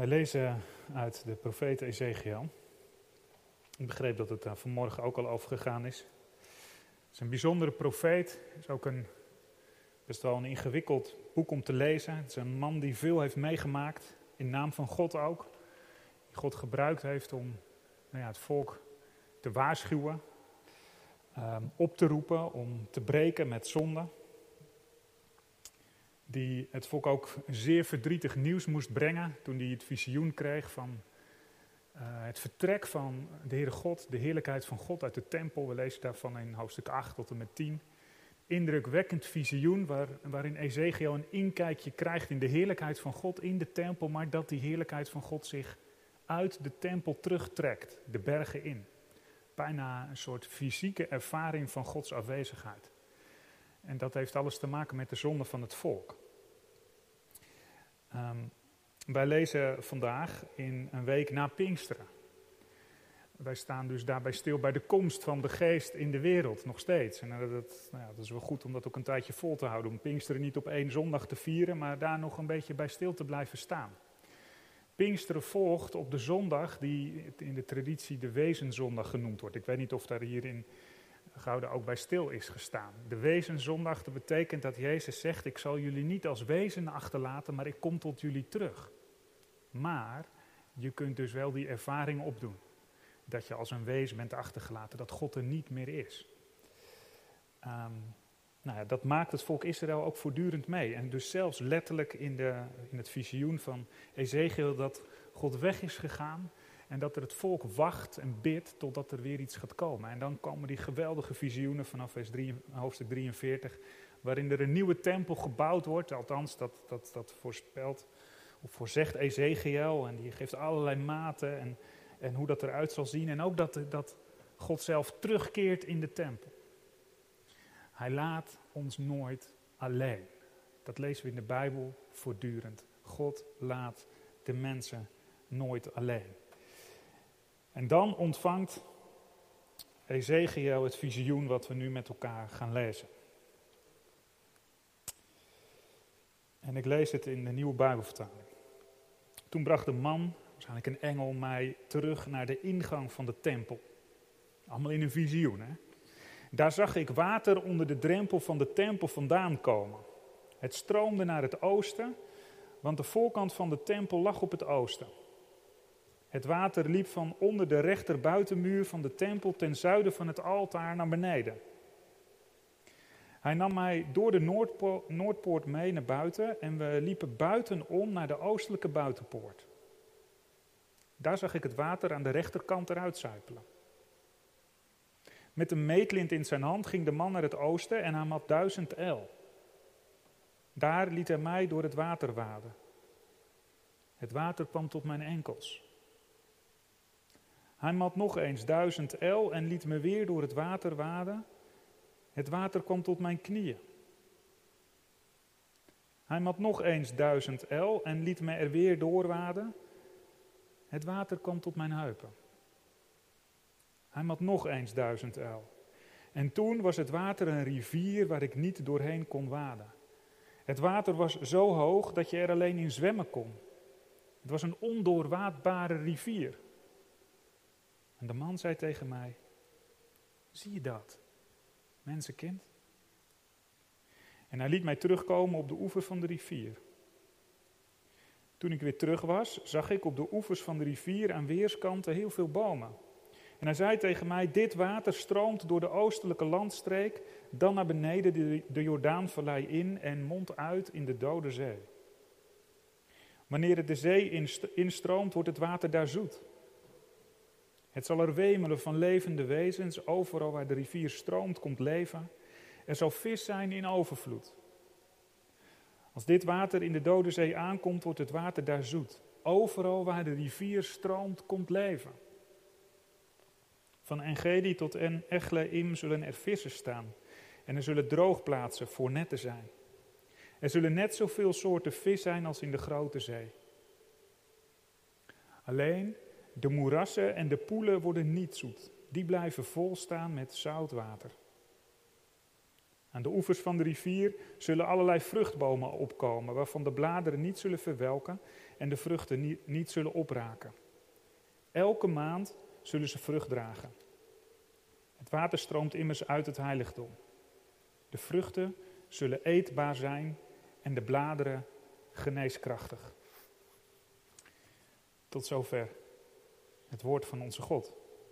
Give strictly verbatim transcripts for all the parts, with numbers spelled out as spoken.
Wij lezen uit de profeet Ezechiel. Ik begreep dat het daar vanmorgen ook al over gegaan is. Het is een bijzondere profeet. Het is ook een, best wel een ingewikkeld boek om te lezen. Het is een man die veel heeft meegemaakt, in naam van God ook. Die God gebruikt heeft om nou ja, het volk te waarschuwen, um, op te roepen, om te breken met zonde. Die het volk ook zeer verdrietig nieuws moest brengen toen hij het visioen kreeg van uh, het vertrek van de Heere God, de heerlijkheid van God uit de tempel. We lezen daarvan in hoofdstuk acht tot en met tien. Indrukwekkend visioen waar, waarin Ezechiel een inkijkje krijgt in de heerlijkheid van God in de tempel, maar dat die heerlijkheid van God zich uit de tempel terugtrekt, de bergen in. Bijna een soort fysieke ervaring van Gods afwezigheid. En dat heeft alles te maken met de zonde van het volk. Um, wij lezen vandaag in een week na Pinksteren. Wij staan dus daarbij stil bij de komst van de geest in de wereld, nog steeds. En dat, nou ja, dat is wel goed om dat ook een tijdje vol te houden. Om Pinksteren niet op één zondag te vieren, maar daar nog een beetje bij stil te blijven staan. Pinksteren volgt op de zondag die in de traditie de Wezenzondag genoemd wordt. Ik weet niet of daar hier in Gouda ook bij stil is gestaan. De Wezenzondag, dat betekent dat Jezus zegt: ik zal jullie niet als wezen achterlaten, maar ik kom tot jullie terug. Maar je kunt dus wel die ervaring opdoen. Dat je als een wezen bent achtergelaten, dat God er niet meer is. Um, nou ja, dat maakt het volk Israël ook voortdurend mee. En dus zelfs letterlijk in, de, in het visioen van Ezechiel dat God weg is gegaan. En dat er het volk wacht en bidt totdat er weer iets gaat komen. En dan komen die geweldige visioenen vanaf vers drie, hoofdstuk drieënveertig. Waarin er een nieuwe tempel gebouwd wordt. Althans, dat, dat, dat voorspelt of voorzegt Ezechiel. En die geeft allerlei maten en, en hoe dat eruit zal zien. En ook dat, dat God zelf terugkeert in de tempel. Hij laat ons nooit alleen. Dat lezen we in de Bijbel voortdurend. God laat de mensen nooit alleen. En dan ontvangt Ezechiel het visioen wat we nu met elkaar gaan lezen. En ik lees het in de Nieuwe Bijbelvertaling. Toen bracht de man, waarschijnlijk een engel, mij terug naar de ingang van de tempel. Allemaal in een visioen, hè. Daar zag ik water onder de drempel van de tempel vandaan komen. Het stroomde naar het oosten, want de voorkant van de tempel lag op het oosten. Het water liep van onder de rechterbuitenmuur van de tempel ten zuiden van het altaar naar beneden. Hij nam mij door de Noordpo- Noordpoort mee naar buiten en we liepen buitenom naar de oostelijke buitenpoort. Daar zag ik het water aan de rechterkant eruit sijpelen. Met een meetlint in zijn hand ging de man naar het oosten en hij mat duizend el. Daar liet hij mij door het water waden. Het water kwam tot mijn enkels. Hij mat nog eens duizend el en liet me weer door het water waden. Het water kwam tot mijn knieën. Hij mat nog eens duizend el en liet me er weer doorwaden. Het water kwam tot mijn heupen. Hij mat nog eens duizend el. En toen was het water een rivier waar ik niet doorheen kon waden. Het water was zo hoog dat je er alleen in zwemmen kon. Het was een ondoorwaadbare rivier. En de man zei tegen mij: zie je dat, mensenkind? En hij liet mij terugkomen op de oever van de rivier. Toen ik weer terug was, zag ik op de oevers van de rivier aan weerskanten heel veel bomen. En hij zei tegen mij: dit water stroomt door de oostelijke landstreek, dan naar beneden de, de Jordaanvallei in en mondt uit in de Dode Zee. Wanneer het de zee instroomt, wordt het water daar zoet. Het zal er wemelen van levende wezens, overal waar de rivier stroomt komt leven. Er zal vis zijn in overvloed. Als dit water in de Dode Zee aankomt, wordt het water daar zoet. Overal waar de rivier stroomt komt leven. Van En-Gedi tot En-Eglaim zullen er vissen staan. En er zullen droogplaatsen voor netten zijn. Er zullen net zoveel soorten vis zijn als in de grote zee. Alleen de moerassen en de poelen worden niet zoet. Die blijven vol staan met zout water. Aan de oevers van de rivier zullen allerlei vruchtbomen opkomen, waarvan de bladeren niet zullen verwelken en de vruchten niet, niet zullen opraken. Elke maand zullen ze vrucht dragen. Het water stroomt immers uit het heiligdom. De vruchten zullen eetbaar zijn en de bladeren geneeskrachtig. Tot zover het woord van onze God.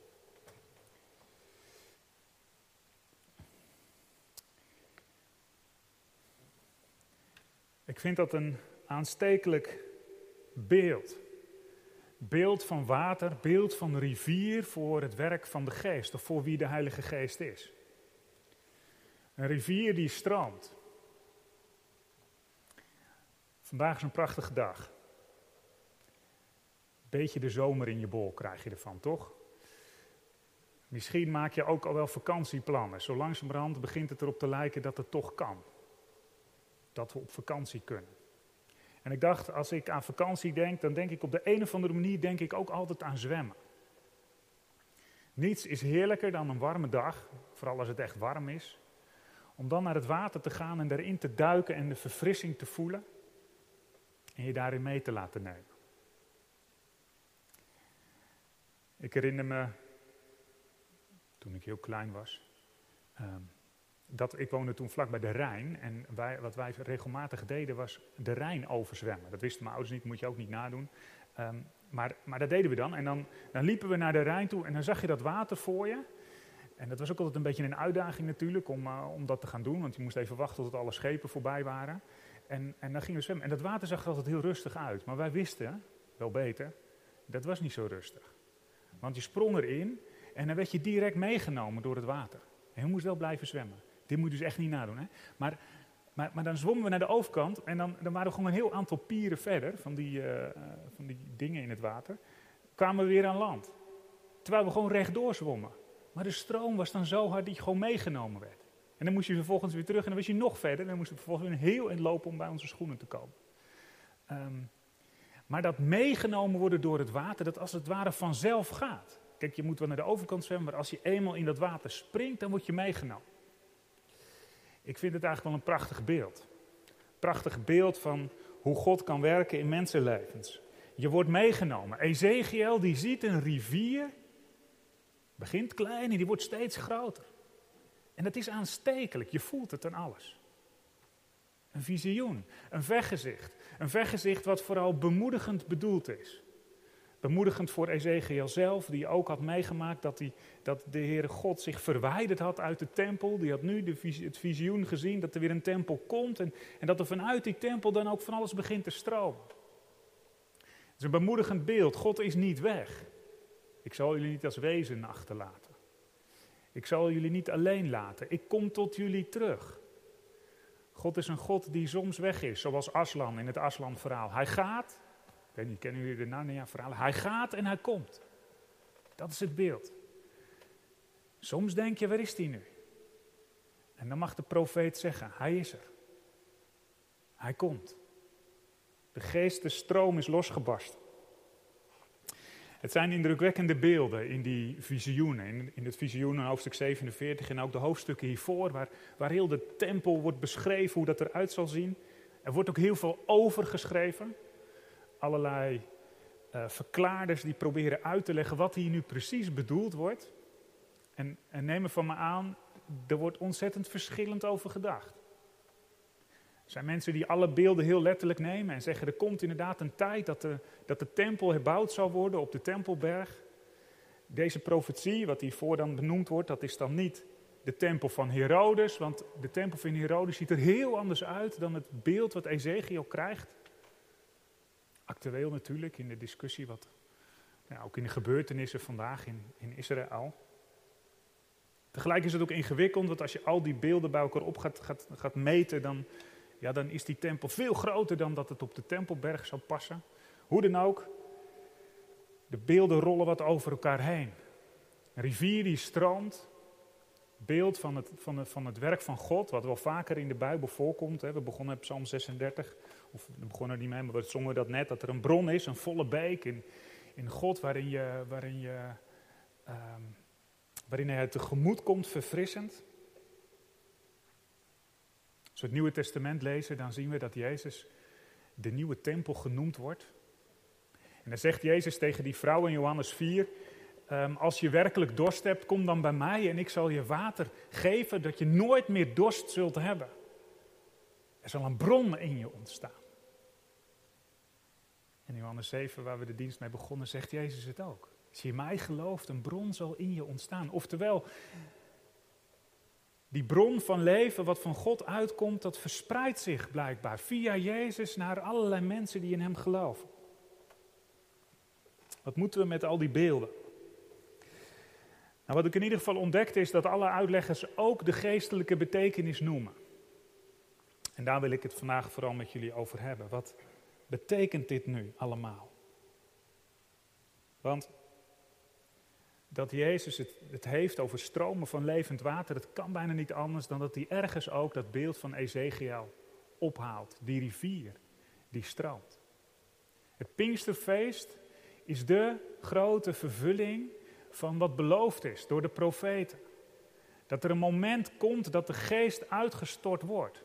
Ik vind dat een aanstekelijk beeld. Beeld van water, beeld van rivier voor het werk van de geest, of voor wie de Heilige Geest is. Een rivier die stroomt. Vandaag is een prachtige dag. Beetje de zomer in je bol krijg je ervan, toch? Misschien maak je ook al wel vakantieplannen. Zo langzamerhand begint het erop te lijken dat het toch kan. Dat we op vakantie kunnen. En ik dacht, als ik aan vakantie denk, dan denk ik op de een of andere manier denk ik ook altijd aan zwemmen. Niets is heerlijker dan een warme dag, vooral als het echt warm is, om dan naar het water te gaan en erin te duiken en de verfrissing te voelen en je daarin mee te laten nemen. Ik herinner me, toen ik heel klein was, um, dat ik woonde toen vlak bij de Rijn en wij, wat wij regelmatig deden was de Rijn overzwemmen. Dat wisten mijn ouders niet, moet je ook niet nadoen. Um, maar, maar dat deden we dan en dan, dan liepen we naar de Rijn toe en dan zag je dat water voor je. En dat was ook altijd een beetje een uitdaging natuurlijk om, uh, om dat te gaan doen, want je moest even wachten tot alle schepen voorbij waren. En, en dan gingen we zwemmen en dat water zag er altijd heel rustig uit. Maar wij wisten, wel beter, dat was niet zo rustig. Want je sprong erin en dan werd je direct meegenomen door het water. En je moest wel blijven zwemmen. Dit moet je dus echt niet nadoen. Hè? Maar, maar, maar dan zwommen we naar de overkant en dan, dan waren we gewoon een heel aantal pieren verder, van die, uh, van die dingen in het water, kwamen we weer aan land. Terwijl we gewoon rechtdoor zwommen. Maar de stroom was dan zo hard dat je gewoon meegenomen werd. En dan moest je vervolgens weer terug en dan was je nog verder. En dan moesten we vervolgens weer heel eind lopen om bij onze schoenen te komen. Um, maar dat meegenomen worden door het water, dat als het ware vanzelf gaat. Kijk, je moet wel naar de overkant zwemmen, maar als je eenmaal in dat water springt, dan word je meegenomen. Ik vind het eigenlijk wel een prachtig beeld. Prachtig beeld van hoe God kan werken in mensenlevens. Je wordt meegenomen. Ezechiël die ziet een rivier, begint klein en die wordt steeds groter. En dat is aanstekelijk, je voelt het aan alles. Een visioen, een vergezicht. Een vergezicht wat vooral bemoedigend bedoeld is. Bemoedigend voor Ezechiël zelf, die ook had meegemaakt dat, die, dat de Heere God zich verwijderd had uit de tempel. Die had nu de, het visioen gezien dat er weer een tempel komt en, en dat er vanuit die tempel dan ook van alles begint te stromen. Het is een bemoedigend beeld. God is niet weg. Ik zal jullie niet als wezen achterlaten. Ik zal jullie niet alleen laten. Ik kom tot jullie terug. God is een God die soms weg is, zoals Aslan in het Aslan-verhaal. Hij gaat, ik weet niet, kennen jullie de Narnia-verhalen? Hij gaat en hij komt. Dat is het beeld. Soms denk je, waar is hij nu? En dan mag de profeet zeggen, hij is er. Hij komt. De geest, de stroom is losgebarsten. Het zijn indrukwekkende beelden in die visioenen. In, in het visioen in hoofdstuk zevenenveertig en ook de hoofdstukken hiervoor, waar, waar heel de tempel wordt beschreven, hoe dat eruit zal zien. Er wordt ook heel veel over geschreven. Allerlei uh, verklaarders die proberen uit te leggen wat hier nu precies bedoeld wordt. En, en neem me van me aan, er wordt ontzettend verschillend over gedacht. Er zijn mensen die alle beelden heel letterlijk nemen en zeggen, er komt inderdaad een tijd dat de, dat de tempel herbouwd zal worden op de Tempelberg. Deze profetie, wat hiervoor dan benoemd wordt, dat is dan niet de tempel van Herodes, want de tempel van Herodes ziet er heel anders uit dan het beeld wat Ezechiël krijgt. Actueel natuurlijk in de discussie, wat, ja, ook in de gebeurtenissen vandaag in, in Israël. Tegelijk is het ook ingewikkeld, want als je al die beelden bij elkaar op gaat, gaat, gaat meten, dan... Ja, dan is die tempel veel groter dan dat het op de Tempelberg zou passen. Hoe dan ook, de beelden rollen wat over elkaar heen. Een rivier die stroomt, beeld van het, van, het, van het werk van God, wat wel vaker in de Bijbel voorkomt. Hè. We begonnen met Psalm zesendertig, of we begonnen er niet mee, maar we zongen dat net, dat er een bron is, een volle beek in, in God, waarin, je, waarin, je, um, waarin hij tegemoet komt, verfrissend. we het Nieuwe Testament lezen, dan zien we dat Jezus de nieuwe tempel genoemd wordt. En dan zegt Jezus tegen die vrouw in Johannes vier, um, als je werkelijk dorst hebt, kom dan bij mij en ik zal je water geven, dat je nooit meer dorst zult hebben. Er zal een bron in je ontstaan. In Johannes zeven, waar we de dienst mee begonnen, zegt Jezus het ook. Als je in mij gelooft, een bron zal in je ontstaan. Oftewel, die bron van leven wat van God uitkomt, dat verspreidt zich blijkbaar via Jezus naar allerlei mensen die in hem geloven. Wat moeten we met al die beelden? Nou, wat ik in ieder geval ontdekte is dat alle uitleggers ook de geestelijke betekenis noemen. En daar wil ik het vandaag vooral met jullie over hebben. Wat betekent dit nu allemaal? Want dat Jezus het, het heeft over stromen van levend water, het kan bijna niet anders dan dat hij ergens ook dat beeld van Ezechiel ophaalt. Die rivier, die stroomt. Het Pinksterfeest is de grote vervulling van wat beloofd is door de profeten. Dat er een moment komt dat de geest uitgestort wordt.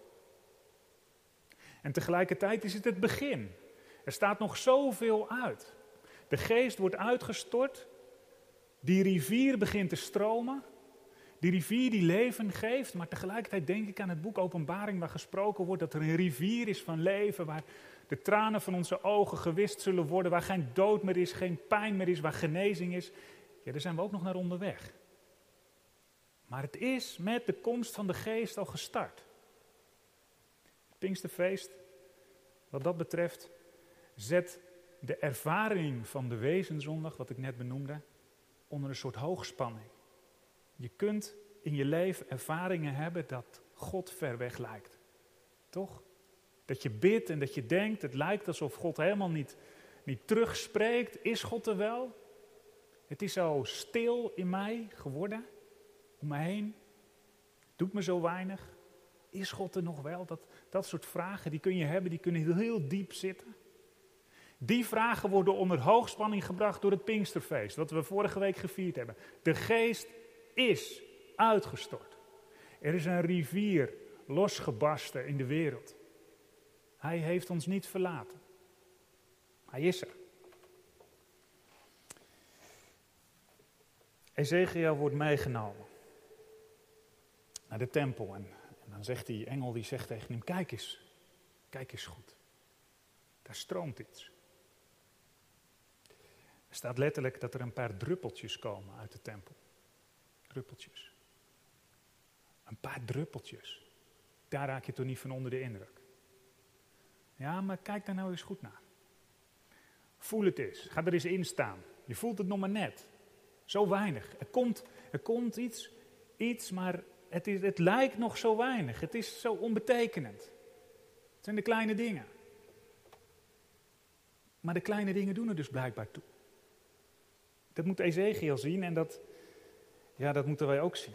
En tegelijkertijd is het het begin. Er staat nog zoveel uit. De geest wordt uitgestort. Die rivier begint te stromen. Die rivier die leven geeft. Maar tegelijkertijd denk ik aan het boek Openbaring waar gesproken wordt dat er een rivier is van leven. Waar de tranen van onze ogen gewist zullen worden. Waar geen dood meer is, geen pijn meer is, waar genezing is. Ja, daar zijn we ook nog naar onderweg. Maar het is met de komst van de geest al gestart. Het Pinksterfeest, wat dat betreft, zet de ervaring van de wezenzondag, wat ik net benoemde, onder een soort hoogspanning. Je kunt in je leven ervaringen hebben dat God ver weg lijkt. Toch? Dat je bidt en dat je denkt, het lijkt alsof God helemaal niet, niet terugspreekt. Is God er wel? Het is zo stil in mij geworden, om me heen. Doet me zo weinig. Is God er nog wel? Dat, dat soort vragen, die kun je hebben, die kunnen heel, heel diep zitten. Die vragen worden onder hoogspanning gebracht door het Pinksterfeest, wat we vorige week gevierd hebben. De geest is uitgestort. Er is een rivier losgebarsten in de wereld. Hij heeft ons niet verlaten. Hij is er. Ezechiel wordt meegenomen naar de tempel en, en dan zegt die engel, die zegt tegen hem, kijk eens, kijk eens goed. Daar stroomt iets. Er staat letterlijk dat er een paar druppeltjes komen uit de tempel. Druppeltjes. Een paar druppeltjes. Daar raak je toch niet van onder de indruk. Ja, maar kijk daar nou eens goed naar. Voel het eens. Ga er eens in staan. Je voelt het nog maar net. Zo weinig. Er komt, er komt iets, iets, maar het, is, het lijkt nog zo weinig. Het is zo onbetekenend. Het zijn de kleine dingen. Maar de kleine dingen doen er dus blijkbaar toe. Dat moet Ezechiel zien en dat, ja, dat moeten wij ook zien.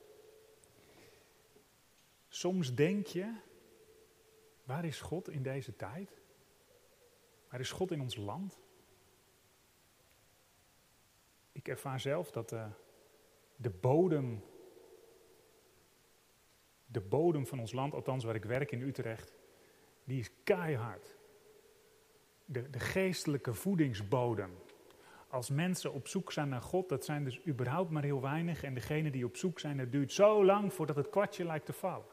Soms denk je, waar is God in deze tijd? Waar is God in ons land? Ik ervaar zelf dat de, de bodem, de bodem van ons land, althans waar ik werk in Utrecht, die is keihard. De, de geestelijke voedingsbodem. Als mensen op zoek zijn naar God, dat zijn dus überhaupt maar heel weinig. En degenen die op zoek zijn, het duurt zo lang voordat het kwartje lijkt te vallen.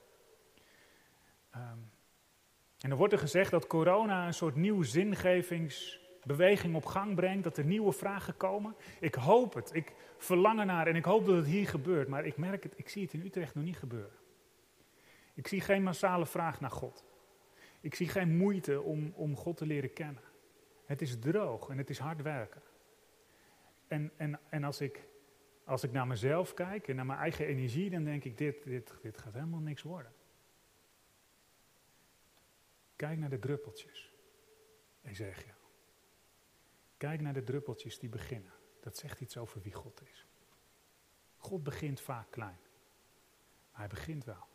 Um, en er wordt er gezegd dat corona een soort nieuw zingevingsbeweging op gang brengt. Dat er nieuwe vragen komen. Ik hoop het. Ik verlang ernaar en ik hoop dat het hier gebeurt. Maar ik merk het, ik zie het in Utrecht nog niet gebeuren. Ik zie geen massale vraag naar God. Ik zie geen moeite om, om God te leren kennen. Het is droog en het is hard werken. En, en, en als, ik, als ik naar mezelf kijk en naar mijn eigen energie, dan denk ik, dit, dit, dit gaat helemaal niks worden. Kijk naar de druppeltjes, Ezechiel. Kijk naar de druppeltjes die beginnen. Dat zegt iets over wie God is. God begint vaak klein. Maar hij begint wel.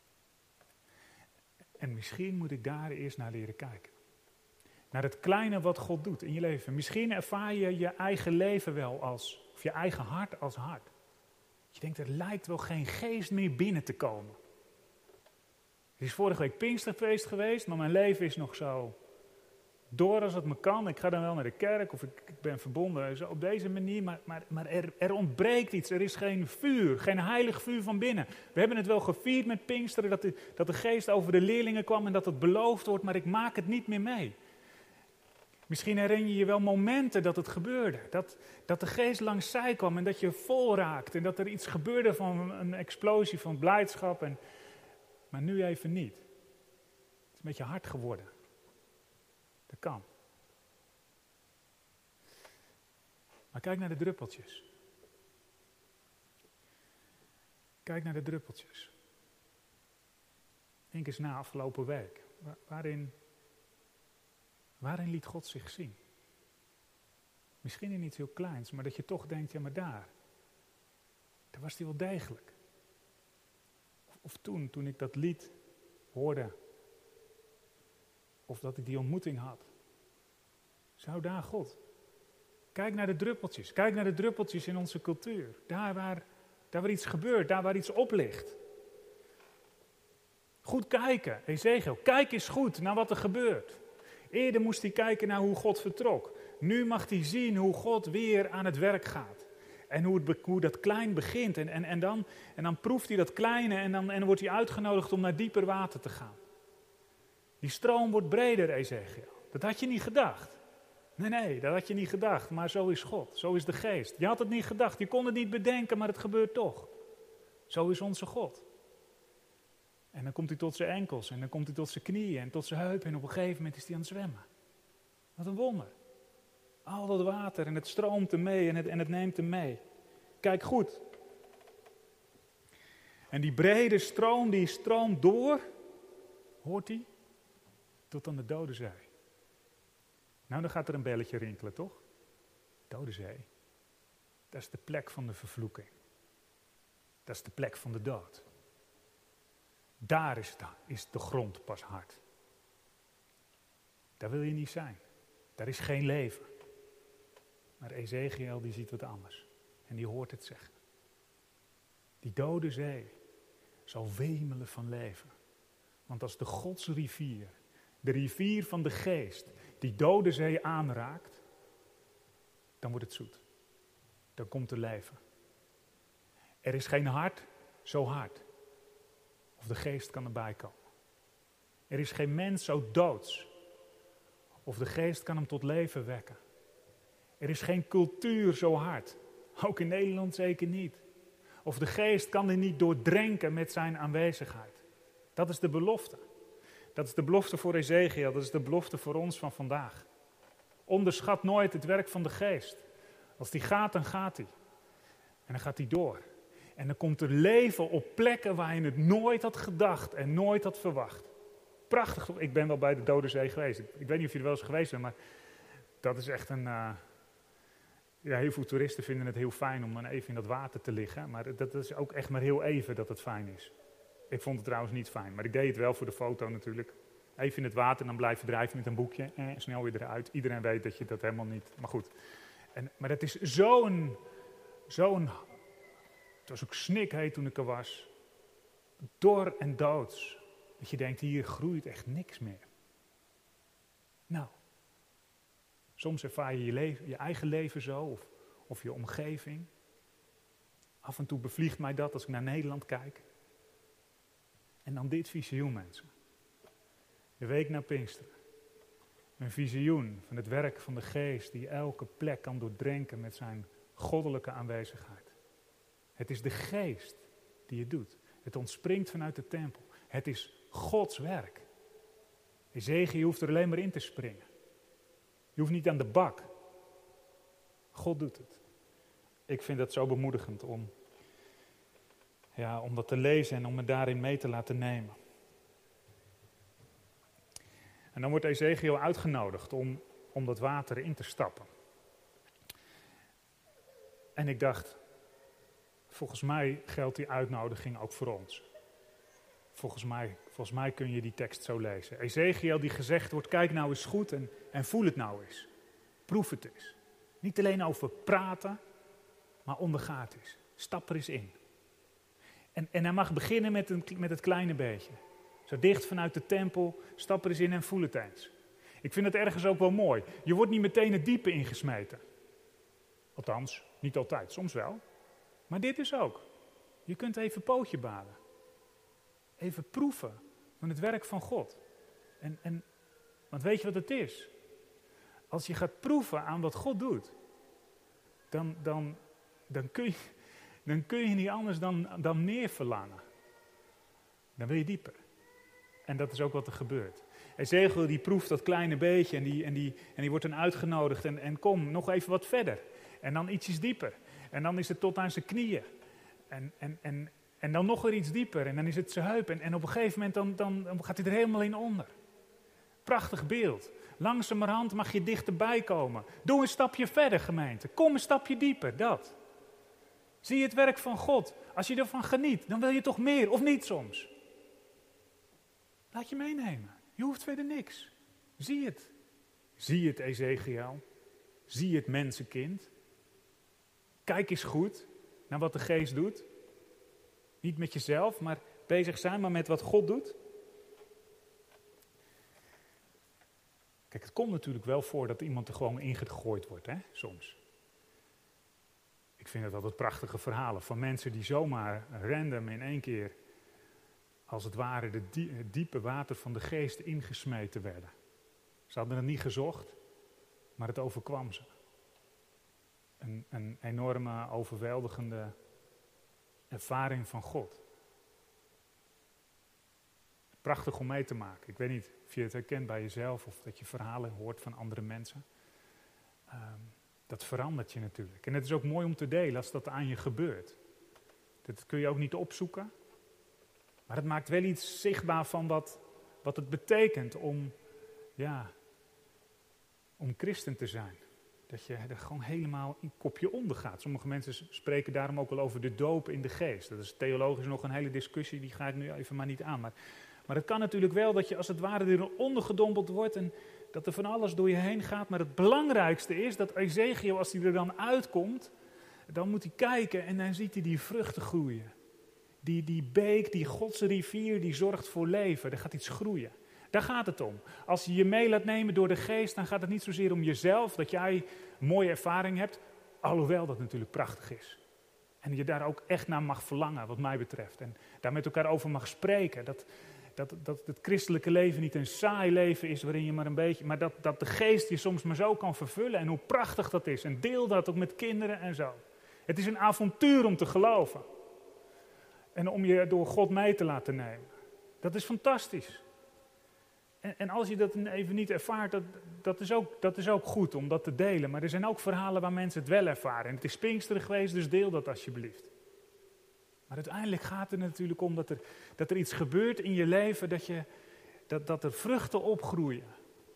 En misschien moet ik daar eerst naar leren kijken. Naar het kleine wat God doet in je leven. Misschien ervaar je je eigen leven wel als, of je eigen hart als hart. Je denkt, er lijkt wel geen geest meer binnen te komen. Het is vorige week Pinksterfeest geweest, maar mijn leven is nog zo door als het me kan. Ik ga dan wel naar de kerk of ik, ik ben verbonden zo op deze manier, maar, maar, maar er, er ontbreekt iets. Er is geen vuur, geen heilig vuur van binnen. We hebben het wel gevierd met Pinksteren, dat de, dat de geest over de leerlingen kwam en dat het beloofd wordt, maar ik maak het niet meer mee. Misschien herinner je je wel momenten dat het gebeurde. Dat, dat de geest langs zij kwam en dat je vol raakt. En dat er iets gebeurde van een explosie van blijdschap. En, maar nu even niet. Het is een beetje hard geworden. Dat kan. Maar kijk naar de druppeltjes. Kijk naar de druppeltjes. Denk eens na afgelopen week. Waar, waarin... Waarin liet God zich zien? Misschien in iets heel kleins, maar dat je toch denkt, ja maar daar, daar was hij wel degelijk. Of, of toen, toen ik dat lied hoorde, of dat ik die ontmoeting had. Zou daar God? Kijk naar de druppeltjes, kijk naar de druppeltjes in onze cultuur. Daar waar, daar waar iets gebeurt, daar waar iets oplicht. Goed kijken, Ezechiel, kijk eens goed naar wat er gebeurt. Eerder moest hij kijken naar hoe God vertrok. Nu mag hij zien hoe God weer aan het werk gaat. En hoe, het, hoe dat klein begint. En, en, en, dan, en dan proeft hij dat kleine en dan, en dan wordt hij uitgenodigd om naar dieper water te gaan. Die stroom wordt breder, Ezechiel. Dat had je niet gedacht. Nee, nee, dat had je niet gedacht. Maar zo is God, zo is de geest. Je had het niet gedacht, je kon het niet bedenken, maar het gebeurt toch. Zo is onze God. En dan komt hij tot zijn enkels en dan komt hij tot zijn knieën en tot zijn heupen en op een gegeven moment is hij aan het zwemmen. Wat een wonder. Al dat water en het stroomt hem mee en het, en het neemt hem mee. Kijk goed. En die brede stroom die stroomt door, hoort hij, tot aan de Dode Zee. Nou, dan gaat er een belletje rinkelen, toch? Dode Zee. Dat is de plek van de vervloeking. Dat is de plek van de dood. Daar is de, is de grond pas hard. Daar wil je niet zijn. Daar is geen leven. Maar Ezechiel die ziet wat anders. En die hoort het zeggen. Die Dode Zee zal wemelen van leven. Want als de godsrivier, de rivier van de geest, die Dode Zee aanraakt, dan wordt het zoet. Dan komt er leven. Er is geen hart zo hard. Of de geest kan erbij komen. Er is geen mens zo doods. Of de geest kan hem tot leven wekken. Er is geen cultuur zo hard. Ook in Nederland zeker niet. Of de geest kan er niet doordrenken met zijn aanwezigheid. Dat is de belofte. Dat is de belofte voor Ezechiel. Dat is de belofte voor ons van vandaag. Onderschat nooit het werk van de geest. Als die gaat, dan gaat hij. En dan gaat hij door. En dan komt er leven op plekken waar je het nooit had gedacht en nooit had verwacht. Prachtig. Ik ben wel bij de Dode Zee geweest. Ik, ik weet niet of je er wel eens geweest bent, maar dat is echt een... Uh, ja, heel veel toeristen vinden het heel fijn om dan even in dat water te liggen. Maar dat is ook echt maar heel even dat het fijn is. Ik vond het trouwens niet fijn, maar ik deed het wel voor de foto natuurlijk. Even in het water en dan blijf je drijven met een boekje. Eh, snel weer eruit. Iedereen weet dat je dat helemaal niet... Maar goed. En, maar het is zo'n... zo'n Het was ook snikheet toen ik er was. Dor en doods. Dat je denkt, hier groeit echt niks meer. Nou. Soms ervaar je je, leven, je eigen leven zo. Of, of je omgeving. Af en toe bevliegt mij dat als ik naar Nederland kijk. En dan dit visioen, mensen. De week na Pinksteren. Een visioen van het werk van de geest die elke plek kan doordrenken met zijn goddelijke aanwezigheid. Het is de geest die het doet. Het ontspringt vanuit de tempel. Het is Gods werk. Ezechiel, je hoeft er alleen maar in te springen. Je hoeft niet aan de bak. God doet het. Ik vind dat zo bemoedigend om, ja, om dat te lezen en om me daarin mee te laten nemen. En dan wordt Ezechiel uitgenodigd om, om dat water in te stappen. En ik dacht, volgens mij geldt die uitnodiging ook voor ons. Volgens mij, volgens mij kun je die tekst zo lezen. Ezechiel die gezegd wordt, kijk nou eens goed en, en voel het nou eens. Proef het eens. Niet alleen over praten, maar onderga het eens. Stap er eens in. En, en hij mag beginnen met, een, met het kleine beetje. Zo dicht vanuit de tempel, stap er eens in en voel het eens. Ik vind het ergens ook wel mooi. Je wordt niet meteen het diepe ingesmeten. Althans, niet altijd, soms wel. Maar dit is ook. Je kunt even pootje baden. Even proeven van het werk van God. En, en, want weet je wat het is? Als je gaat proeven aan wat God doet, dan, dan, dan, kun, je, dan kun je niet anders dan, dan meer verlangen. Dan wil je dieper. En dat is ook wat er gebeurt. Ezechiel die proeft dat kleine beetje en die, en die, en die wordt dan uitgenodigd en, en kom nog even wat verder. En dan ietsjes dieper. En dan is het tot aan zijn knieën. En, en, en, en dan nog weer iets dieper. En dan is het zijn heup. En, en op een gegeven moment dan, dan, dan gaat hij er helemaal in onder. Prachtig beeld. Langzamerhand mag je dichterbij komen. Doe een stapje verder, gemeente. Kom een stapje dieper, dat. Zie het werk van God. Als je ervan geniet, dan wil je toch meer, of niet soms? Laat je meenemen. Je hoeft verder niks. Zie het. Zie het, Ezechiel. Zie het, mensenkind. Kijk eens goed naar wat de geest doet. Niet met jezelf, maar bezig zijn, maar met wat God doet. Kijk, het komt natuurlijk wel voor dat iemand er gewoon ingegooid wordt, hè, soms. Ik vind het altijd prachtige verhalen van mensen die zomaar random in één keer, als het ware, de die, het diepe water van de geest ingesmeten werden. Ze hadden het niet gezocht, maar het overkwam ze. Een, een enorme, overweldigende ervaring van God. Prachtig om mee te maken. Ik weet niet of je het herkent bij jezelf of dat je verhalen hoort van andere mensen. Um, dat verandert je natuurlijk. En het is ook mooi om te delen als dat aan je gebeurt. Dat kun je ook niet opzoeken. Maar het maakt wel iets zichtbaar van wat, wat het betekent om, ja, om christen te zijn. Dat je er gewoon helemaal in kopje onder gaat. Sommige mensen spreken daarom ook wel over de doop in de geest. Dat is theologisch nog een hele discussie, die ga ik nu even maar niet aan. Maar, maar het kan natuurlijk wel dat je als het ware eronder gedompeld wordt en dat er van alles door je heen gaat. Maar het belangrijkste is dat Ezechiel, als hij er dan uitkomt, dan moet hij kijken en dan ziet hij die vruchten groeien. Die, die beek, die Godse rivier, die zorgt voor leven. Er gaat iets groeien. Daar gaat het om. Als je je mee laat nemen door de geest, dan gaat het niet zozeer om jezelf, dat jij een mooie ervaring hebt, alhoewel dat natuurlijk prachtig is. En je daar ook echt naar mag verlangen, wat mij betreft. En daar met elkaar over mag spreken. Dat, dat, dat het christelijke leven niet een saai leven is, waarin je maar een beetje, maar dat, dat de geest je soms maar zo kan vervullen. En hoe prachtig dat is. En deel dat ook met kinderen en zo. Het is een avontuur om te geloven. En om je door God mee te laten nemen. Dat is fantastisch. En, en als je dat even niet ervaart, dat, dat, is ook, dat is ook goed om dat te delen. Maar er zijn ook verhalen waar mensen het wel ervaren. En het is Pinksteren geweest, dus deel dat alsjeblieft. Maar uiteindelijk gaat het natuurlijk om dat er, dat er iets gebeurt in je leven, dat, je, dat, dat er vruchten opgroeien.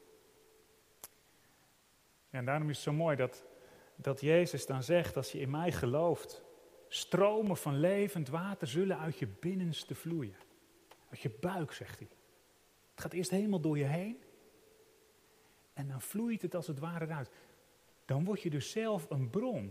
En daarom is het zo mooi dat, dat Jezus dan zegt, als je in mij gelooft, stromen van levend water zullen uit je binnenste vloeien. Uit je buik, zegt hij. Het gaat eerst helemaal door je heen. En dan vloeit het als het ware eruit. Dan word je dus zelf een bron.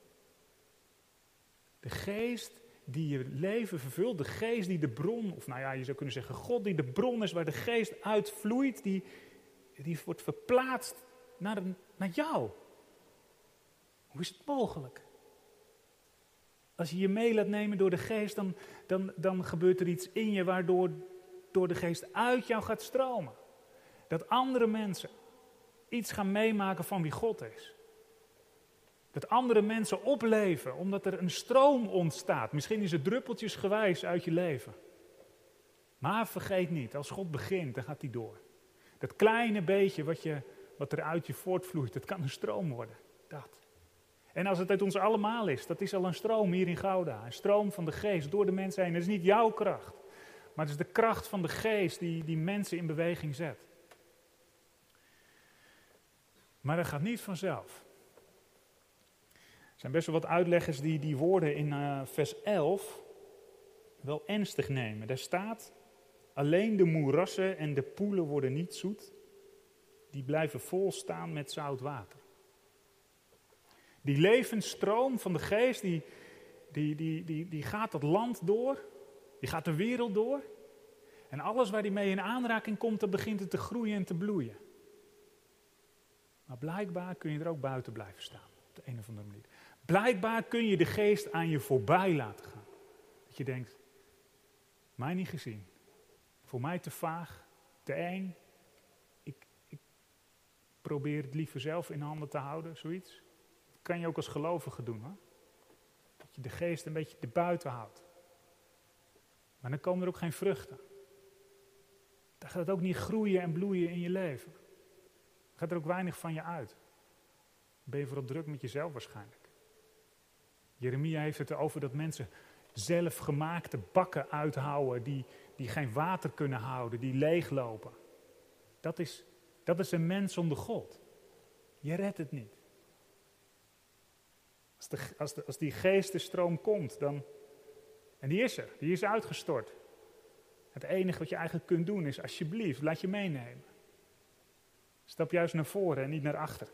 De geest die je leven vervult. De geest die de bron, of nou ja, je zou kunnen zeggen God die de bron is waar de geest uitvloeit. Die, die wordt verplaatst naar, naar jou. Hoe is het mogelijk? Als je je mee laat nemen door de geest, dan, dan, dan gebeurt er iets in je waardoor door de geest uit jou gaat stromen. Dat andere mensen iets gaan meemaken van wie God is. Dat andere mensen opleven, omdat er een stroom ontstaat. Misschien is het druppeltjesgewijs uit je leven. Maar vergeet niet, als God begint, dan gaat hij door. Dat kleine beetje wat, je, wat er uit je voortvloeit, dat kan een stroom worden. Dat. En als het uit ons allemaal is, dat is al een stroom hier in Gouda. Een stroom van de geest door de mensen heen. Dat is niet jouw kracht. Maar het is de kracht van de geest die, die mensen in beweging zet. Maar dat gaat niet vanzelf. Er zijn best wel wat uitleggers die die woorden in uh, vers elf wel ernstig nemen. Daar staat, alleen de moerassen en de poelen worden niet zoet. Die blijven vol staan met zout water. Die levensstroom van de geest, die, die, die, die, die gaat het land door. Die gaat de wereld door. En alles waar hij mee in aanraking komt, dan begint het te groeien en te bloeien. Maar blijkbaar kun je er ook buiten blijven staan, op de een of andere manier. Blijkbaar kun je de geest aan je voorbij laten gaan. Dat je denkt, mij niet gezien. Voor mij te vaag, te eng. Ik, ik probeer het liever zelf in handen te houden, zoiets. Dat kan je ook als gelovige doen, hoor. Dat je de geest een beetje erbuiten houdt. Maar dan komen er ook geen vruchten. Dan gaat het ook niet groeien en bloeien in je leven. Dan gaat er ook weinig van je uit. Dan ben je vooral druk met jezelf waarschijnlijk. Jeremia heeft het erover dat mensen zelfgemaakte bakken uithouden die, die geen water kunnen houden, die leeglopen. Dat is, dat is een mens zonder God. Je redt het niet. Als, de, als, de, als die geestenstroom komt, dan, en die is er, die is uitgestort. Het enige wat je eigenlijk kunt doen is, alsjeblieft, laat je meenemen. Stap juist naar voren en niet naar achter.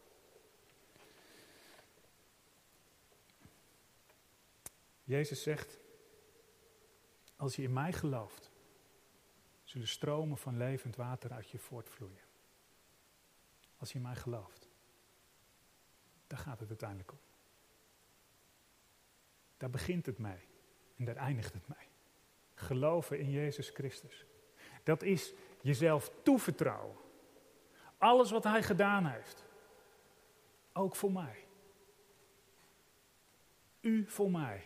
Jezus zegt, als je in mij gelooft, zullen stromen van levend water uit je voortvloeien. Als je in mij gelooft, daar gaat het uiteindelijk om. Daar begint het mee en daar eindigt het mee. Geloven in Jezus Christus. Dat is jezelf toevertrouwen. Alles wat hij gedaan heeft. Ook voor mij. U voor mij.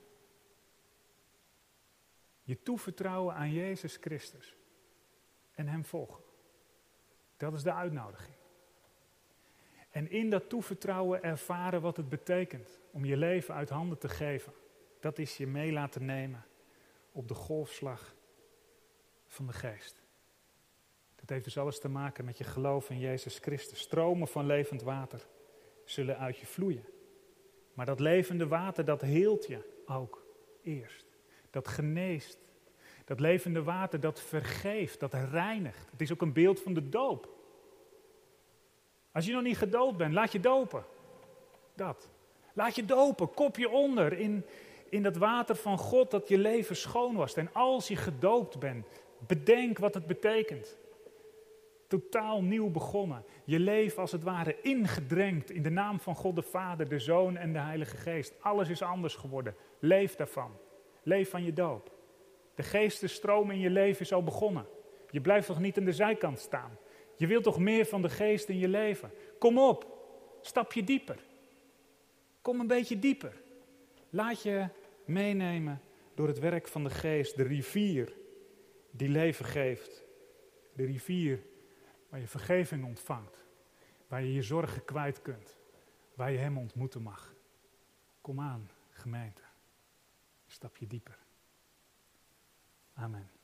Je toevertrouwen aan Jezus Christus. En hem volgen. Dat is de uitnodiging. En in dat toevertrouwen ervaren wat het betekent om je leven uit handen te geven. Dat is je mee laten nemen op de golfslag van de geest. Dat heeft dus alles te maken met je geloof in Jezus Christus. Stromen van levend water zullen uit je vloeien. Maar dat levende water, dat heelt je ook eerst. Dat geneest. Dat levende water, dat vergeeft, dat reinigt. Het is ook een beeld van de doop. Als je nog niet gedoopt bent, laat je dopen. Dat. Laat je dopen, kop je onder in, in dat water van God dat je leven schoon was. En als je gedoopt bent, bedenk wat het betekent. Totaal nieuw begonnen. Je leven als het ware ingedrenkt in de naam van God de Vader, de Zoon en de Heilige Geest. Alles is anders geworden. Leef daarvan. Leef van je doop. De geestenstroom in je leven is al begonnen. Je blijft toch niet aan de zijkant staan. Je wilt toch meer van de geest in je leven. Kom op. Stap je dieper. Kom een beetje dieper. Laat je meenemen door het werk van de geest. De rivier die leven geeft. De rivier waar je vergeving ontvangt. Waar je je zorgen kwijt kunt. Waar je hem ontmoeten mag. Kom aan, gemeente. Stap je dieper. Amen.